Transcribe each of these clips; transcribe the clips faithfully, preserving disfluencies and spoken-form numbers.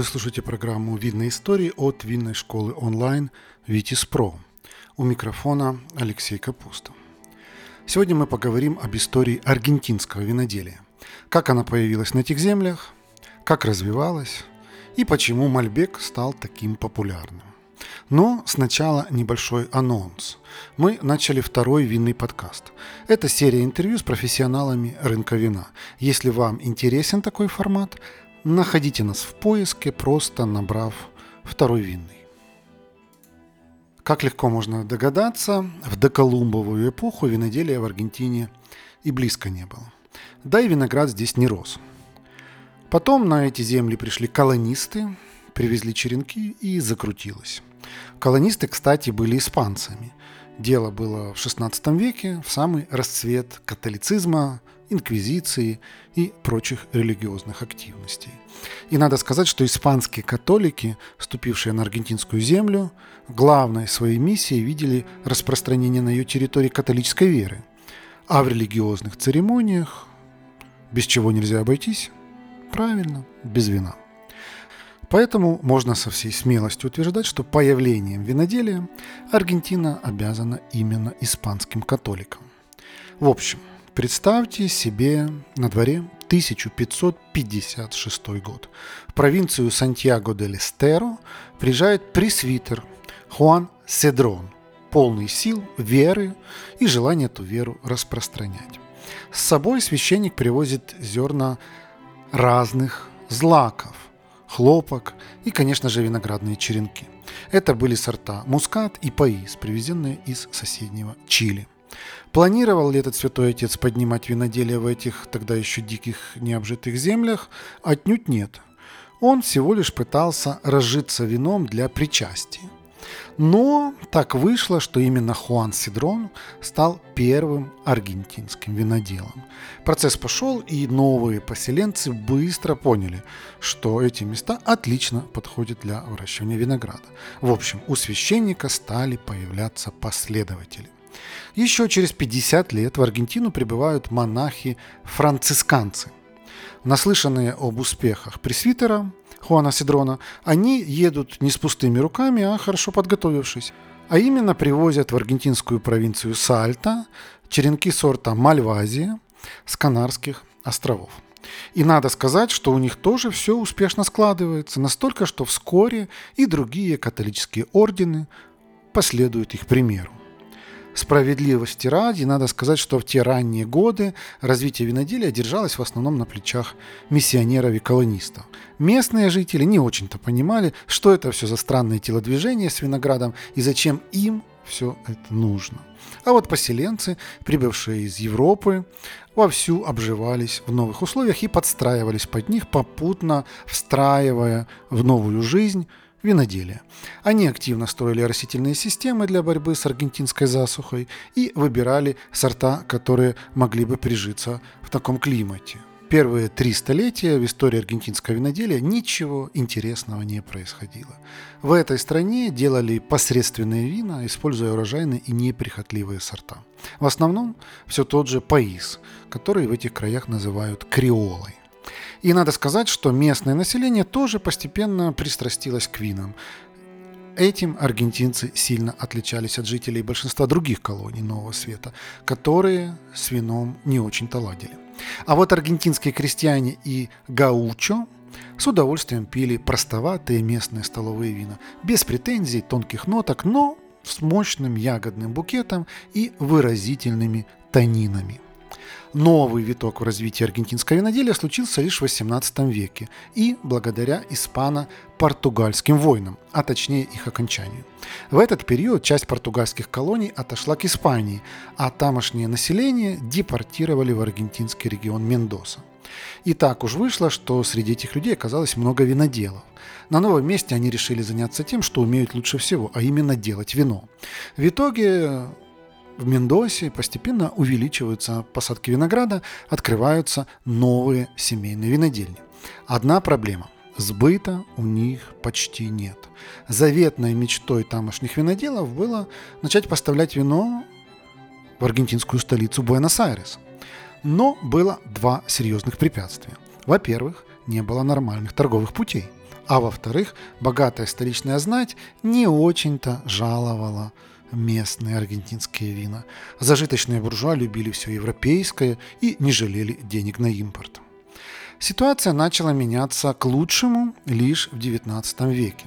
Вы слушаете программу «Винные истории» от винной школы онлайн «Витис Про». У микрофона Алексей Капуста. Сегодня мы поговорим об истории аргентинского виноделия. Как она появилась на этих землях, как развивалась и почему Мальбек стал таким популярным. Но сначала небольшой анонс. Мы начали второй винный подкаст. Это серия интервью с профессионалами рынка вина. Если вам интересен такой формат, находите нас в поиске, просто набрав «Второй винный». Как легко можно догадаться, в доколумбовую эпоху виноделия в Аргентине и близко не было. Да и виноград здесь не рос. Потом на эти земли пришли колонисты, привезли черенки и закрутилось. Колонисты, кстати, были испанцами. Дело было в шестнадцатом веке, в самый расцвет католицизма, инквизиции и прочих религиозных активностей. И надо сказать, что испанские католики, вступившие на аргентинскую землю, главной своей миссией видели распространение на ее территории католической веры. А в религиозных церемониях, без чего нельзя обойтись, правильно, без вина. Поэтому можно со всей смелостью утверждать, что появлением виноделия Аргентина обязана именно испанским католикам. В общем, представьте себе на дворе тысяча пятьсот пятьдесят шестой год. В провинцию Сантьяго-дель-Эстеро приезжает пресвитер Хуан Седрон, полный сил, веры и желания эту веру распространять. С собой священник привозит зерна разных злаков, хлопок и, конечно же, виноградные черенки. Это были сорта мускат и паис, привезенные из соседнего Чили. Планировал ли этот святой отец поднимать виноделие в этих тогда еще диких необжитых землях? Отнюдь нет. Он всего лишь пытался разжиться вином для причастия. Но так вышло, что именно Хуан Седрон стал первым аргентинским виноделом. Процесс пошел, и новые поселенцы быстро поняли, что эти места отлично подходят для выращивания винограда. В общем, у священника стали появляться последователи. Еще через пятьдесят лет в Аргентину прибывают монахи-францисканцы. Наслышанные об успехах пресвитера Хуана Седрона, они едут не с пустыми руками, а хорошо подготовившись. А именно привозят в аргентинскую провинцию Сальта черенки сорта Мальвазия с Канарских островов. И надо сказать, что у них тоже все успешно складывается, настолько, что вскоре и другие католические ордены последуют их примеру. Справедливости ради, надо сказать, что в те ранние годы развитие виноделия держалось в основном на плечах миссионеров и колонистов. Местные жители не очень-то понимали, что это все за странные телодвижения с виноградом и зачем им все это нужно. А вот поселенцы, прибывшие из Европы, вовсю обживались в новых условиях и подстраивались под них, попутно встраивая в новую жизнь виноделия. Они активно строили растительные системы для борьбы с аргентинской засухой и выбирали сорта, которые могли бы прижиться в таком климате. Первые три столетия в истории аргентинского виноделия ничего интересного не происходило. В этой стране делали посредственные вина, используя урожайные и неприхотливые сорта. В основном все тот же паис, который в этих краях называют креолой. И надо сказать, что местное население тоже постепенно пристрастилось к винам. Этим аргентинцы сильно отличались от жителей большинства других колоний Нового Света, которые с вином не очень-то ладили. А вот аргентинские крестьяне и гаучо с удовольствием пили простоватые местные столовые вина, без претензий, тонких ноток, но с мощным ягодным букетом и выразительными танинами. Новый виток в развитии аргентинского виноделия случился лишь в восемнадцатом веке и благодаря испано-португальским войнам, а точнее их окончанию. В этот период часть португальских колоний отошла к Испании, а тамошнее население депортировали в аргентинский регион Мендоса. И так уж вышло, что среди этих людей оказалось много виноделов. На новом месте они решили заняться тем, что умеют лучше всего, а именно делать вино. В итоге в Мендосе постепенно увеличиваются посадки винограда, открываются новые семейные винодельни. Одна проблема – сбыта у них почти нет. Заветной мечтой тамошних виноделов было начать поставлять вино в аргентинскую столицу Буэнос-Айрес. Но было два серьезных препятствия. Во-первых, не было нормальных торговых путей. а во-вторых, богатая столичная знать не очень-то жаловала местные аргентинские вина. Зажиточные буржуа любили все европейское и не жалели денег на импорт. Ситуация начала меняться к лучшему лишь в девятнадцатом веке.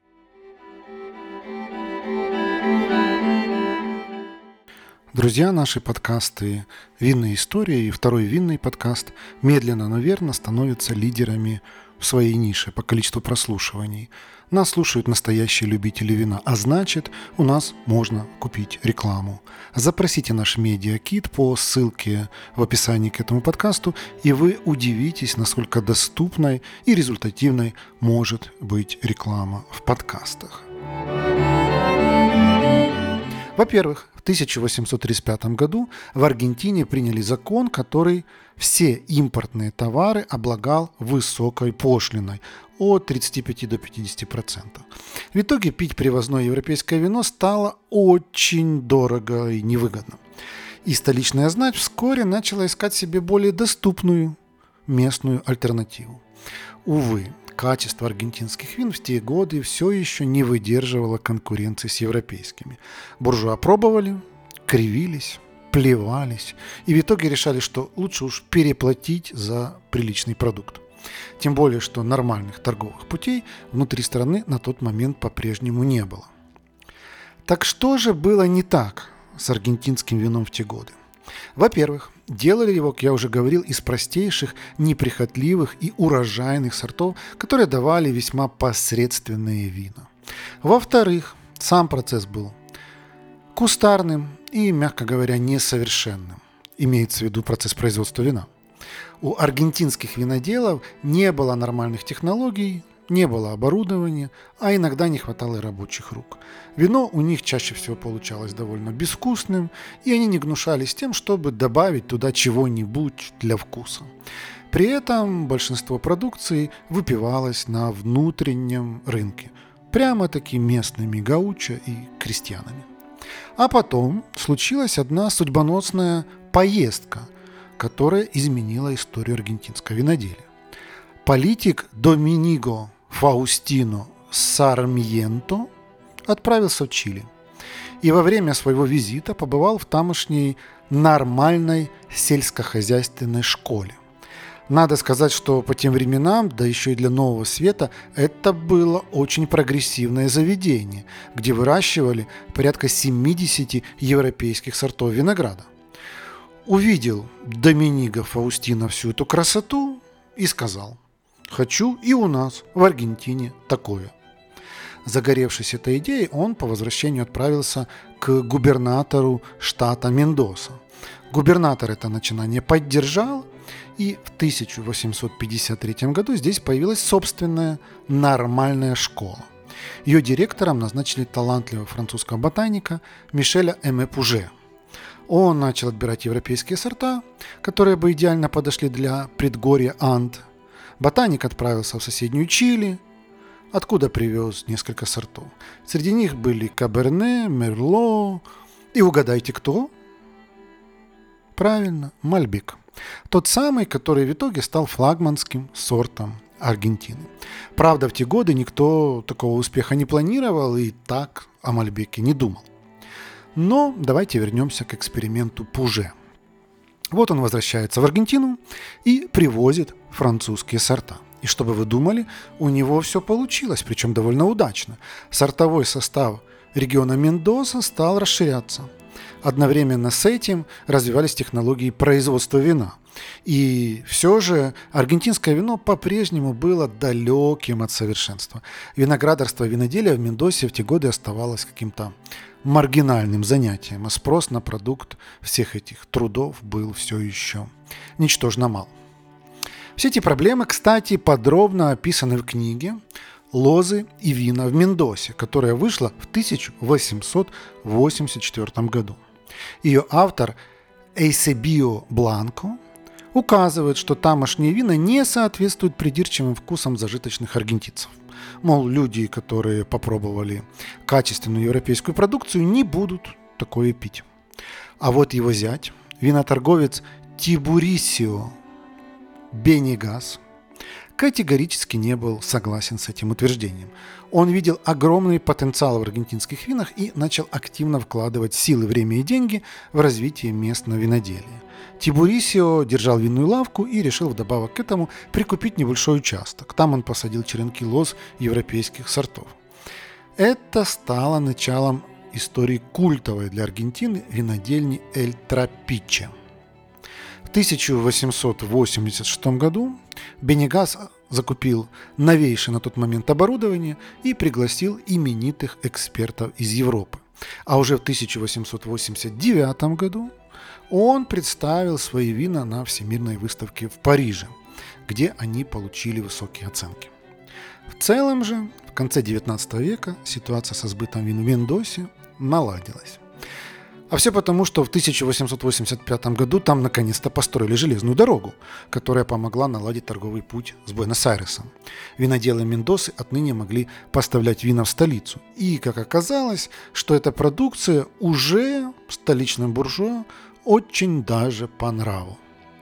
Друзья, наши подкасты «Винные истории» и второй винный подкаст медленно, но верно становятся лидерами в своей нише по количеству прослушиваний. Нас слушают настоящие любители вина, а значит, у нас можно купить рекламу. Запросите наш медиакит по ссылке в описании к этому подкасту, и вы удивитесь, насколько доступной и результативной может быть реклама в подкастах. Во-первых, в тысяча восемьсот тридцать пятом году в Аргентине приняли закон, который все импортные товары облагал высокой пошлиной от тридцати пяти до пятидесяти процентов. В итоге пить привозное европейское вино стало очень дорого и невыгодно. И столичная знать вскоре начала искать себе более доступную местную альтернативу. Увы, качество аргентинских вин в те годы все еще не выдерживало конкуренции с европейскими. Буржуа пробовали, кривились, плевались и в итоге решали, что лучше уж переплатить за приличный продукт. Тем более, что нормальных торговых путей внутри страны на тот момент по-прежнему не было. Так что же было не так с аргентинским вином в те годы? Во-первых, делали его, как я уже говорил, из простейших, неприхотливых и урожайных сортов, которые давали весьма посредственные вина. Во-вторых, сам процесс был кустарным и, мягко говоря, несовершенным. Имеется в виду процесс производства вина. У аргентинских виноделов не было нормальных технологий, не было оборудования, а иногда не хватало и рабочих рук. Вино у них чаще всего получалось довольно безвкусным, и они не гнушались тем, чтобы добавить туда чего-нибудь для вкуса. При этом большинство продукции выпивалось на внутреннем рынке, прямо-таки местными гаучо и крестьянами. А потом случилась одна судьбоносная поездка, которая изменила историю аргентинского виноделия. Политик Доминго Фаустино Сармьенто отправился в Чили и во время своего визита побывал в тамошней нормальной сельскохозяйственной школе. Надо сказать, что по тем временам, да еще и для Нового Света, это было очень прогрессивное заведение, где выращивали порядка семидесяти европейских сортов винограда. Увидел Доминго Фаустино всю эту красоту и сказал: «Хочу и у нас, в Аргентине, такое». Загоревшись этой идеей, он по возвращению отправился к губернатору штата Мендоса. Губернатор это начинание поддержал, и в тысяча восемьсот пятьдесят третьем году здесь появилась собственная нормальная школа. Ее директором назначили талантливого французского ботаника Мишеля Эме Пуже. Он начал отбирать европейские сорта, которые бы идеально подошли для предгорья Анд. Ботаник отправился в соседнюю Чили, откуда привез несколько сортов. Среди них были Каберне, Мерло и угадайте кто? Правильно, Мальбек. Тот самый, который в итоге стал флагманским сортом Аргентины. Правда, в те годы никто такого успеха не планировал и так о Мальбеке не думал. Но давайте вернемся к эксперименту Пуже. Вот он возвращается в Аргентину и привозит французские сорта. И что бы вы думали, у него все получилось, причем довольно удачно. Сортовой состав региона Мендоса стал расширяться. Одновременно с этим развивались технологии производства вина. И все же аргентинское вино по-прежнему было далеким от совершенства. Виноградарство и виноделие в Мендосе в те годы оставалось каким-то маргинальным занятием, а спрос на продукт всех этих трудов был все еще ничтожно мал. Все эти проблемы, кстати, подробно описаны в книге «Лозы и вина в Мендосе», которая вышла в тысяча восемьсот восемьдесят четвёртом году. Ее автор Эйсебио Бланко указывает, что тамошние вина не соответствуют придирчивым вкусам зажиточных аргентинцев. Мол, люди, которые попробовали качественную европейскую продукцию, не будут такое пить. А вот его зять, виноторговец Тибурисио Бенегас, категорически не был согласен с этим утверждением. Он видел огромный потенциал в аргентинских винах и начал активно вкладывать силы, время и деньги в развитие местного виноделия. Тибурисио держал винную лавку и решил вдобавок к этому прикупить небольшой участок. Там он посадил черенки лоз европейских сортов. Это стало началом истории культовой для Аргентины винодельни Эль Трапиче. В тысяча восемьсот восемьдесят шестом году Бенегас закупил новейшее на тот момент оборудование и пригласил именитых экспертов из Европы. А уже в тысяча восемьсот восемьдесят девятом году он представил свои вина на Всемирной выставке в Париже, где они получили высокие оценки. В целом же, в конце девятнадцатого века ситуация со сбытом вин в Мендосе наладилась. А все потому, что в тысяча восемьсот восемьдесят пятом году там наконец-то построили железную дорогу, которая помогла наладить торговый путь с Буэнос-Айресом. Виноделы Мендосы отныне могли поставлять вина в столицу. И, как оказалось, что эта продукция уже столичным буржуа очень даже по нраву.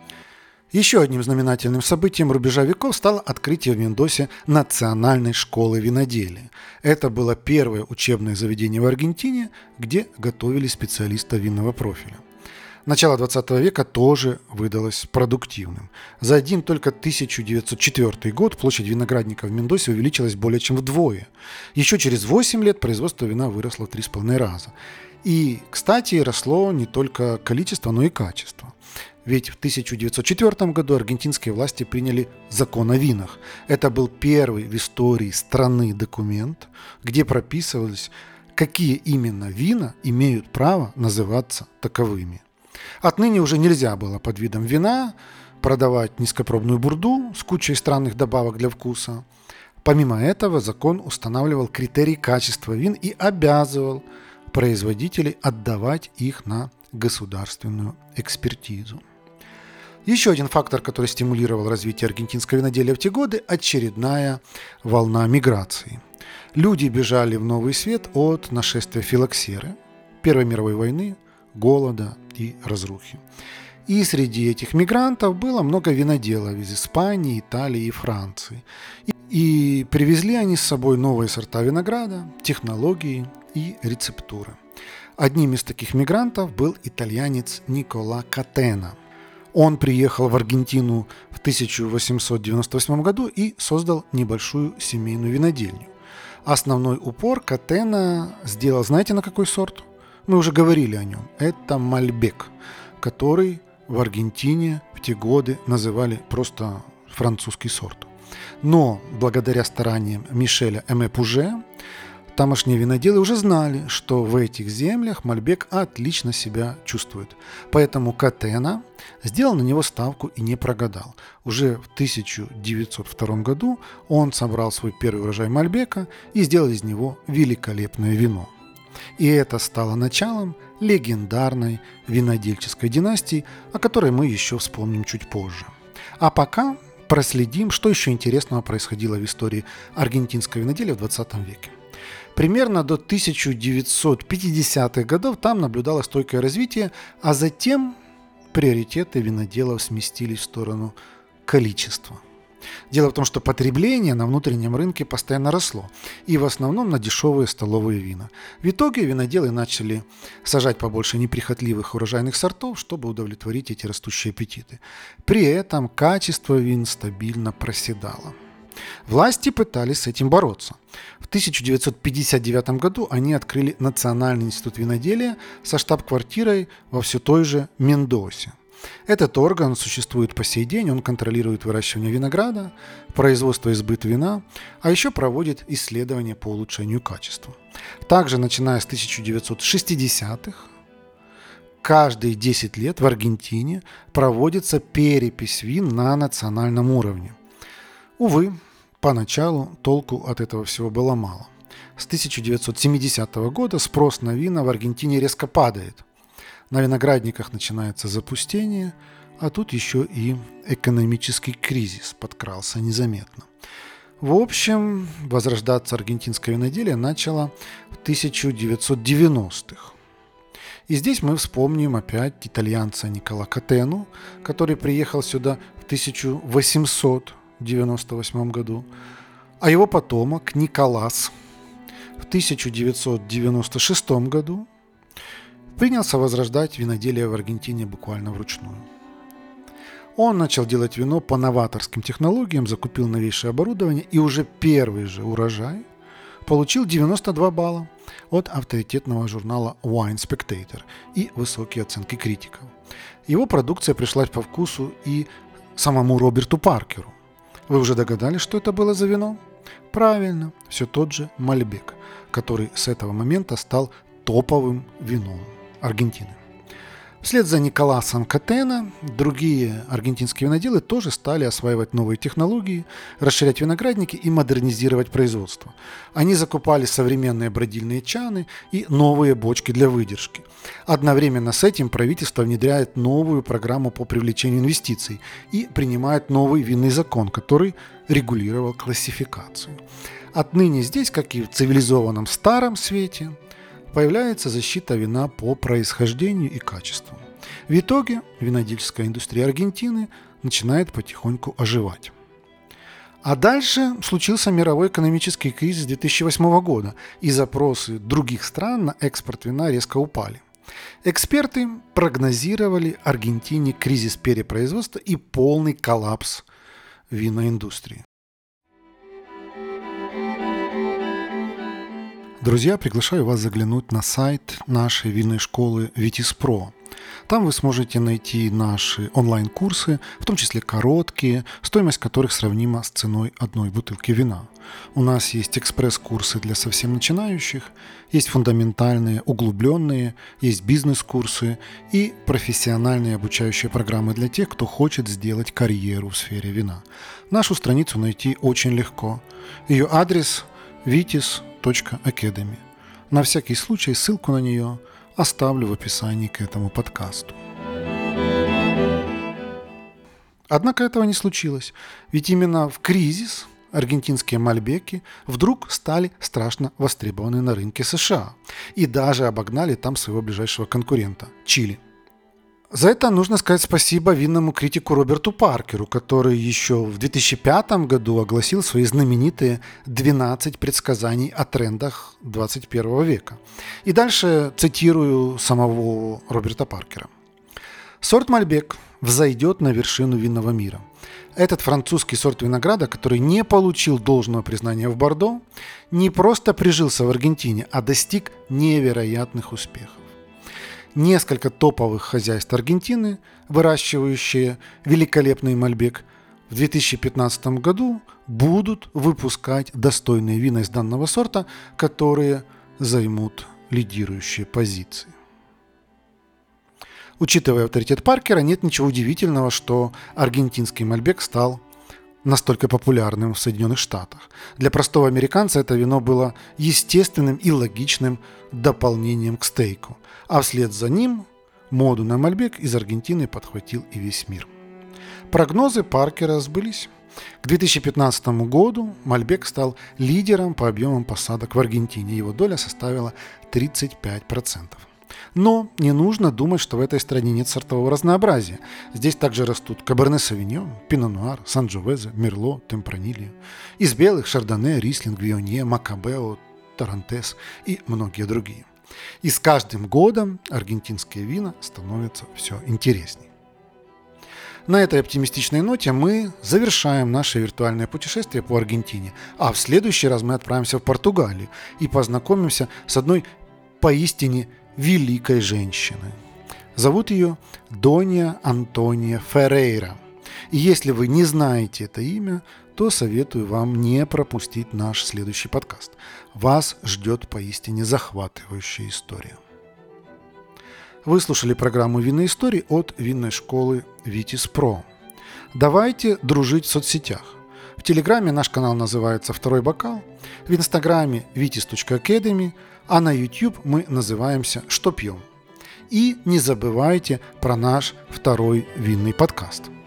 Еще одним знаменательным событием рубежа веков стало открытие в Мендосе Национальной школы виноделия. Это было первое учебное заведение в Аргентине, где готовили специалистов винного профиля. Начало двадцатого века тоже выдалось продуктивным. За один только тысяча девятьсот четвёртый год площадь виноградников в Мендосе увеличилась более чем вдвое. Еще через восемь лет производство вина выросло в три с половиной раза. И, кстати, росло не только количество, но и качество. Ведь в тысяча девятьсот четвёртом году аргентинские власти приняли закон о винах. Это был первый в истории страны документ, где прописывалось, какие именно вина имеют право называться таковыми. Отныне уже нельзя было под видом вина продавать низкопробную бурду с кучей странных добавок для вкуса. Помимо этого, закон устанавливал критерии качества вин и обязывал производителей отдавать их на государственную экспертизу. Еще один фактор, который стимулировал развитие аргентинского виноделия в те годы – очередная волна миграции. Люди бежали в Новый Свет от нашествия филоксеры, Первой мировой войны, голода и разрухи. И среди этих мигрантов было много виноделов из Испании, Италии и Франции. И, и привезли они с собой новые сорта винограда, технологии и рецептуры. Одним из таких мигрантов был итальянец Никола Катена. Он приехал в Аргентину в тысяча восемьсот девяносто восьмом году и создал небольшую семейную винодельню. Основной упор Катена сделал, знаете, на какой сорт? Мы уже говорили о нем. Это Мальбек, который в Аргентине в те годы называли просто французский сорт. Но благодаря стараниям Мишеля Эме Пуже тамошние виноделы уже знали, что в этих землях Мальбек отлично себя чувствует. Поэтому Катена сделал на него ставку и не прогадал. Уже в тысяча девятьсот втором году он собрал свой первый урожай Мальбека и сделал из него великолепное вино. И это стало началом легендарной винодельческой династии, о которой мы еще вспомним чуть позже. А пока проследим, что еще интересного происходило в истории аргентинского виноделия в двадцатом веке. Примерно до тысяча девятьсот пятидесятых годов там наблюдалось стойкое развитие, а затем приоритеты виноделов сместились в сторону количества. Дело в том, что потребление на внутреннем рынке постоянно росло, и в основном на дешевые столовые вина. В итоге виноделы начали сажать побольше неприхотливых урожайных сортов, чтобы удовлетворить эти растущие аппетиты. При этом качество вин стабильно проседало. Власти пытались с этим бороться. В тысяча девятьсот пятьдесят девятом году они открыли Национальный институт виноделия со штаб-квартирой во все той же Мендосе. Этот орган существует по сей день, он контролирует выращивание винограда, производство и сбыт вина, а еще проводит исследования по улучшению качества. Также, начиная с тысяча девятьсот шестидесятых, каждые десять лет в Аргентине проводится перепись вин на национальном уровне. Увы, поначалу толку от этого всего было мало. С тысяча девятьсот семидесятого года спрос на вина в Аргентине резко падает. На виноградниках начинается запустение, а тут еще и экономический кризис подкрался незаметно. В общем, возрождаться аргентинское виноделие начало в тысяча девятьсот девяностых. И здесь мы вспомним опять итальянца Никола Катену, который приехал сюда в тысяча восемьсот девяносто восьмом году, а его потомок Николас в тысяча девятьсот девяносто шестом году принялся возрождать виноделие в Аргентине буквально вручную. Он начал делать вино по новаторским технологиям, закупил новейшее оборудование и уже первый же урожай получил девяносто два балла от авторитетного журнала Wine Spectator и высокие оценки критиков. Его продукция пришлась по вкусу и самому Роберту Паркеру. Вы уже догадались, что это было за вино? Правильно, все тот же Мальбек, который с этого момента стал топовым вином Аргентины. Вслед за Николасом Катена другие аргентинские виноделы тоже стали осваивать новые технологии, расширять виноградники и модернизировать производство. Они закупали современные бродильные чаны и новые бочки для выдержки. Одновременно с этим правительство внедряет новую программу по привлечению инвестиций и принимает новый винный закон, который регулировал классификацию. Отныне здесь, как и в цивилизованном Старом Свете, появляется защита вина по происхождению и качеству. В итоге винодельческая индустрия Аргентины начинает потихоньку оживать. А дальше случился мировой экономический кризис две тысячи восьмого года, и запросы других стран на экспорт вина резко упали. Эксперты прогнозировали Аргентине кризис перепроизводства и полный коллапс виноиндустрии. Друзья, приглашаю вас заглянуть на сайт нашей винной школы Витис.Про. Там вы сможете найти наши онлайн-курсы, в том числе короткие, стоимость которых сравнима с ценой одной бутылки вина. У нас есть экспресс-курсы для совсем начинающих, есть фундаментальные, углубленные, есть бизнес-курсы и профессиональные обучающие программы для тех, кто хочет сделать карьеру в сфере вина. Нашу страницу найти очень легко. Ее адрес vitis точка academy. На всякий случай ссылку на нее оставлю в описании к этому подкасту. Однако этого не случилось, ведь именно в кризис аргентинские мальбеки вдруг стали страшно востребованы на рынке США и даже обогнали там своего ближайшего конкурента – Чили. За это нужно сказать спасибо винному критику Роберту Паркеру, который еще в две тысячи пятом году огласил свои знаменитые двенадцать предсказаний о трендах двадцать первого века. И дальше цитирую самого Роберта Паркера. Сорт Мальбек взойдет на вершину винного мира. Этот французский сорт винограда, который не получил должного признания в Бордо, не просто прижился в Аргентине, а достиг невероятных успехов. Несколько топовых хозяйств Аргентины, выращивающие великолепный мальбек, в две тысячи пятнадцатом году будут выпускать достойные вина из данного сорта, которые займут лидирующие позиции. Учитывая авторитет Паркера, нет ничего удивительного, что аргентинский мальбек стал настолько популярным в Соединенных Штатах. Для простого американца это вино было естественным и логичным дополнением к стейку, а вслед за ним моду на мальбек из Аргентины подхватил и весь мир. Прогнозы Паркера сбылись. К две тысячи пятнадцатому году мальбек стал лидером по объемам посадок в Аргентине, его доля составила тридцать пять процентов. Но не нужно думать, что в этой стране нет сортового разнообразия. Здесь также растут Каберне Савиньон, Пино Нуар, Санджовезе, Мерло, Темпранильо. Из белых Шардоне, Рислинг, Вионье, Макабео, Тарантес и многие другие. И с каждым годом аргентинские вина становятся все интереснее. На этой оптимистичной ноте мы завершаем наше виртуальное путешествие по Аргентине, а в следующий раз мы отправимся в Португалию и познакомимся с одной поистине великой женщиной. Зовут ее Донья Антония Феррейра. И если вы не знаете это имя, то советую вам не пропустить наш следующий подкаст. Вас ждет поистине захватывающая история. Вы слушали программу «Винные истории» от винной школы Витис.Про. Давайте дружить в соцсетях. В Телеграме наш канал называется «Второй бокал», в Инстаграме vitis точка academy, а на YouTube мы называемся «Что пьем?». И не забывайте про наш второй винный подкаст.